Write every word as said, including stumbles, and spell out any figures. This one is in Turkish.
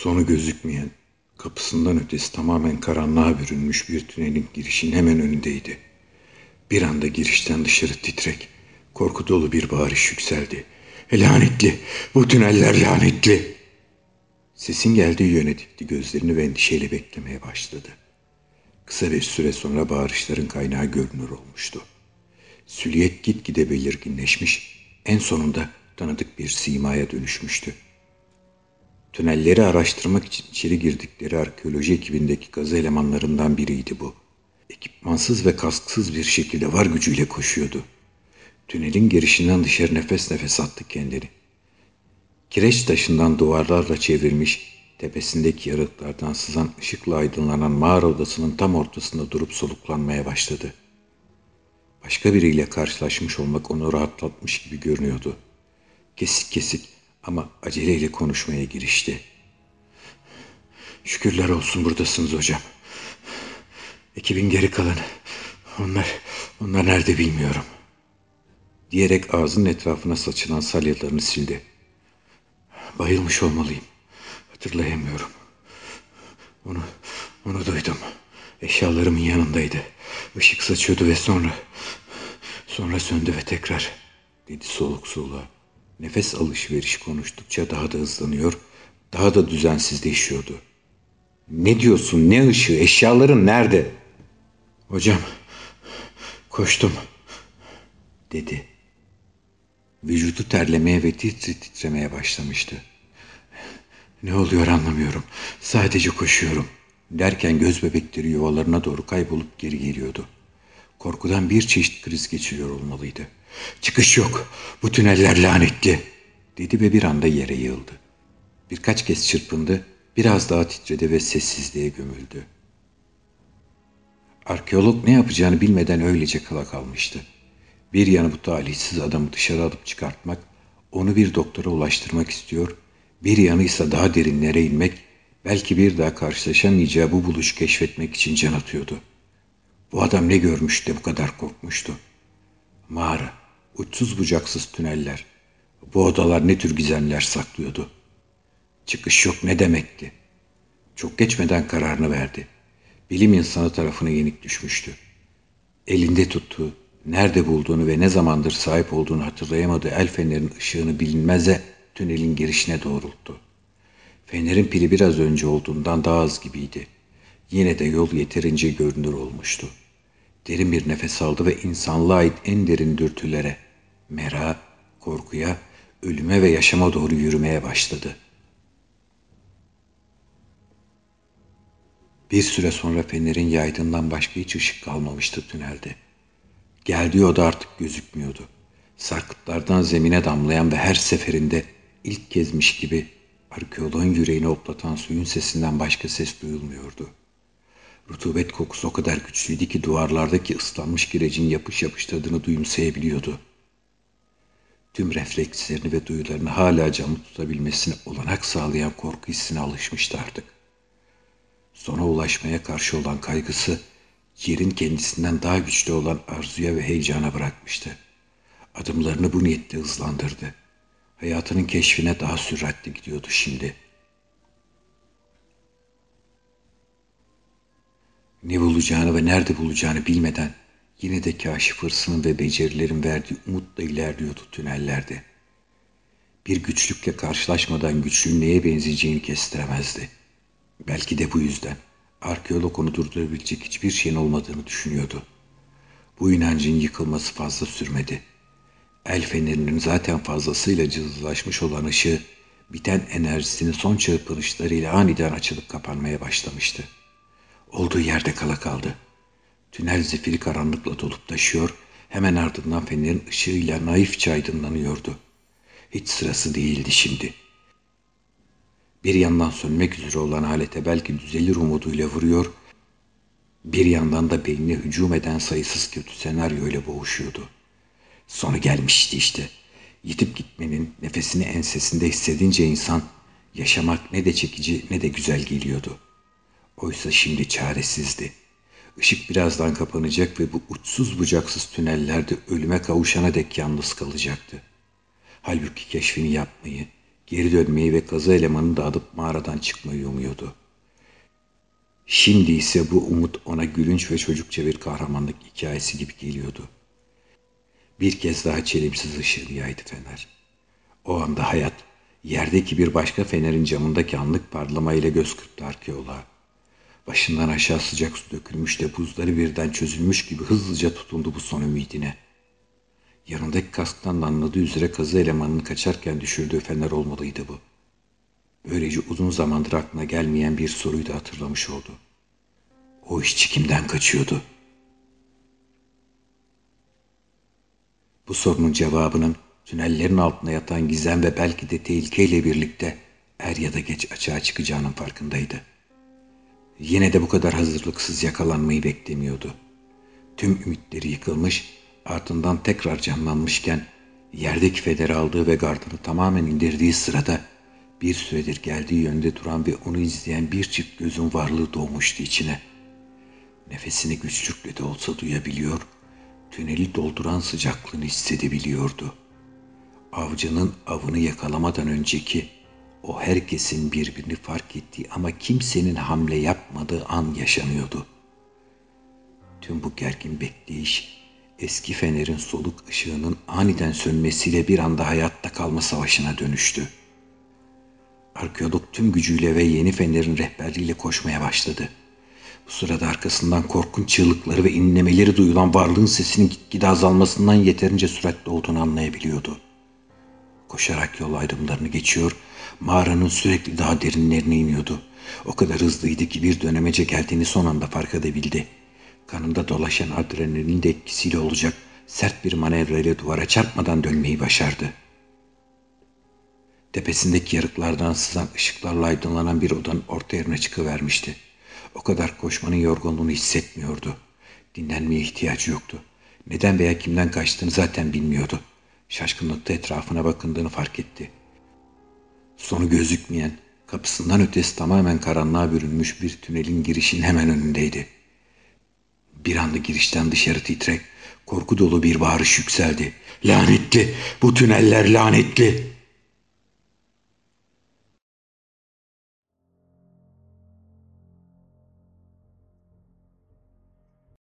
Sonu gözükmeyen, kapısından ötesi tamamen karanlığa bürünmüş bir tünelin girişinin hemen önündeydi. Bir anda girişten dışarı titrek, korku dolu bir bağırış yükseldi. "Lanetli! Bu tüneller lanetli!" Sesin geldiği yöne dikti gözlerini ve endişeyle beklemeye başladı. Kısa bir süre sonra bağırışların kaynağı görünür olmuştu. Silüet gitgide belirginleşmiş, en sonunda tanıdık bir simaya dönüşmüştü. Tünelleri araştırmak için içeri girdikleri arkeoloji ekibindeki gazı elemanlarından biriydi bu. Ekipmansız ve kasksız bir şekilde var gücüyle koşuyordu. Tünelin girişinden dışarı nefes nefes attı kendini. Kireç taşından duvarlarla çevrilmiş, tepesindeki yarıklardan sızan ışıkla aydınlanan mağara odasının tam ortasında durup soluklanmaya başladı. Başka biriyle karşılaşmış olmak onu rahatlatmış gibi görünüyordu. Kesik kesik ama aceleyle konuşmaya girişti. "Şükürler olsun buradasınız hocam. Ekibin geri kalanı, onlar, onlar nerede bilmiyorum." Diyerek ağzının etrafına saçılan salyalarını sildi. "Bayılmış olmalıyım. Hatırlayamıyorum. Onu, onu duydum. Eşyalarımın yanındaydı. Işık saçıyordu ve sonra, sonra söndü ve tekrar," dedi soluk soluğa. Nefes alışveriş konuştukça daha da hızlanıyor, daha da düzensizleşiyordu. "Ne diyorsun? Ne ışığı? Eşyaların nerede?" "Hocam, koştum," dedi. Vücudu terlemeye ve titre titremeye başlamıştı. "Ne oluyor anlamıyorum. Sadece koşuyorum," derken göz bebekleri yuvalarına doğru kaybolup geri geliyordu. Korkudan bir çeşit kriz geçiriyor olmalıydı. "Çıkış yok. Bu tüneller lanetli," dedi ve bir anda yere yığıldı. Birkaç kez çırpındı, biraz daha titredi ve sessizliğe gömüldü. Arkeolog ne yapacağını bilmeden öylece kala kalmıştı. Bir yanı bu talihsiz adamı dışarı alıp çıkartmak, onu bir doktora ulaştırmak istiyor, bir yanı ise daha derinlere inmek, belki bir daha karşılaşamayacağı bu buluşu keşfetmek için can atıyordu. Bu adam ne görmüş de bu kadar korkmuştu? Mağara, uçsuz bucaksız tüneller, bu odalar ne tür gizemler saklıyordu? Çıkış yok ne demekti? Çok geçmeden kararını verdi. Bilim insanı tarafına yenik düşmüştü. Elinde tuttuğu, nerede bulduğunu ve ne zamandır sahip olduğunu hatırlayamadığı el fenerinin ışığını bilinmeze tünelin girişine doğrulttu. Fenerin pili biraz önce olduğundan daha az gibiydi. Yine de yol yeterince görünür olmuştu. Derin bir nefes aldı ve insanlığa ait en derin dürtülere, merak, korkuya, ölüme ve yaşama doğru yürümeye başladı. Bir süre sonra fenerin yaydığından başka hiç ışık kalmamıştı tünelde. Geldiği oda artık gözükmüyordu. Sarkıtlardan zemine damlayan ve her seferinde ilk kezmiş gibi arkeoloğun yüreğini hoplatan suyun sesinden başka ses duyulmuyordu. Rutubet kokusu o kadar güçlüydü ki duvarlardaki ıslanmış kirecin yapış yapıştırdığını duyumsayabiliyordu. Tüm reflekslerini ve duyularını hala canlı tutabilmesine olanak sağlayan korku hissine alışmıştı artık. Sona ulaşmaya karşı olan kaygısı, yerin kendisinden daha güçlü olan arzuya ve heyecana bırakmıştı. Adımlarını bu niyetle hızlandırdı. Hayatının keşfine daha süratli gidiyordu şimdi. Ne bulacağını ve nerede bulacağını bilmeden yine de kaşif hırsının ve becerilerin verdiği umutla ilerliyordu tünellerde. Bir güçlükle karşılaşmadan güçlüğün neye benzeyeceğini kestiremezdi. Belki de bu yüzden arkeolog onu durdurabilecek hiçbir şeyin olmadığını düşünüyordu. Bu inancın yıkılması fazla sürmedi. El fenerinin zaten fazlasıyla cılızlaşmış olan ışığı, biten enerjisinin son çırpınışlarıyla aniden açılıp kapanmaya başlamıştı. Olduğu yerde kala kaldı. Tünel zifiri karanlıkla dolup taşıyor, hemen ardından fenerin ışığıyla naifçe aydınlanıyordu. Hiç sırası değildi şimdi. Bir yandan sönmek üzere olan alete belki düzelir umuduyla vuruyor, bir yandan da beynine hücum eden sayısız kötü senaryo ile boğuşuyordu. Sonu gelmişti işte. Yitip gitmenin nefesini ensesinde hissedince insan, yaşamak ne de çekici ne de güzel geliyordu. Oysa şimdi çaresizdi. Işık birazdan kapanacak ve bu uçsuz bucaksız tünellerde ölüme kavuşana dek yalnız kalacaktı. Halbuki keşfini yapmayı, Geri dönmeyi ve kazı elemanını da alıp mağaradan çıkmayı umuyordu. Şimdi ise bu umut ona gülünç ve çocukça bir kahramanlık hikayesi gibi geliyordu. Bir kez daha çelimsiz ışığını yaydı fener. O anda hayat, yerdeki bir başka fenerin camındaki anlık parlamayla göz kırptı arkeoloğa. Başından aşağı sıcak su dökülmüş de buzları birden çözülmüş gibi hızlıca tutundu bu son ümidine. Yanındaki kasktan da anladığı üzere kazı elemanını kaçarken düşürdüğü fener olmalıydı bu. Böylece uzun zamandır aklına gelmeyen bir soruyu da hatırlamış oldu. O işçi kimden kaçıyordu? Bu sorunun cevabının tünellerin altına yatan gizem ve belki de tehlikeyle birlikte er ya da geç açığa çıkacağının farkındaydı. Yine de bu kadar hazırlıksız yakalanmayı beklemiyordu. Tüm ümitleri yıkılmış, ardından tekrar canlanmışken yerdeki federi aldığı ve gardını tamamen indirdiği sırada bir süredir geldiği yönde duran ve onu izleyen bir çift gözün varlığı doğmuştu içine. Nefesini güçlükle de olsa duyabiliyor, tüneli dolduran sıcaklığını hissedebiliyordu. Avcının avını yakalamadan önceki, o herkesin birbirini fark ettiği ama kimsenin hamle yapmadığı an yaşanıyordu. Tüm bu gergin bekleyiş, eski fenerin soluk ışığının aniden sönmesiyle bir anda hayatta kalma savaşına dönüştü. Arkeolog tüm gücüyle ve yeni fenerin rehberliğiyle koşmaya başladı. Bu sırada arkasından korkunç çığlıkları ve inlemeleri duyulan varlığın sesinin gitgide azalmasından yeterince süratli olduğunu anlayabiliyordu. Koşarak yol ayrımlarını geçiyor, mağaranın sürekli daha derinlerine iniyordu. O kadar hızlıydı ki bir dönemece geldiğini son anda fark edebildi. Kanında dolaşan adrenalin de etkisiyle olacak sert bir manevrayla duvara çarpmadan dönmeyi başardı. Tepesindeki yarıklardan sızan ışıklarla aydınlanan bir odanın orta yerine çıkıvermişti. O kadar koşmanın yorgunluğunu hissetmiyordu. Dinlenmeye ihtiyacı yoktu. Neden veya kimden kaçtığını zaten bilmiyordu. Şaşkınlıkla etrafına bakındığını fark etti. Sonu gözükmeyen, kapısından ötesi tamamen karanlığa bürünmüş bir tünelin girişinin hemen önündeydi. Bir anda girişten dışarı titrek, korku dolu bir bağırış yükseldi. "Lanetli! Bu tüneller lanetli!"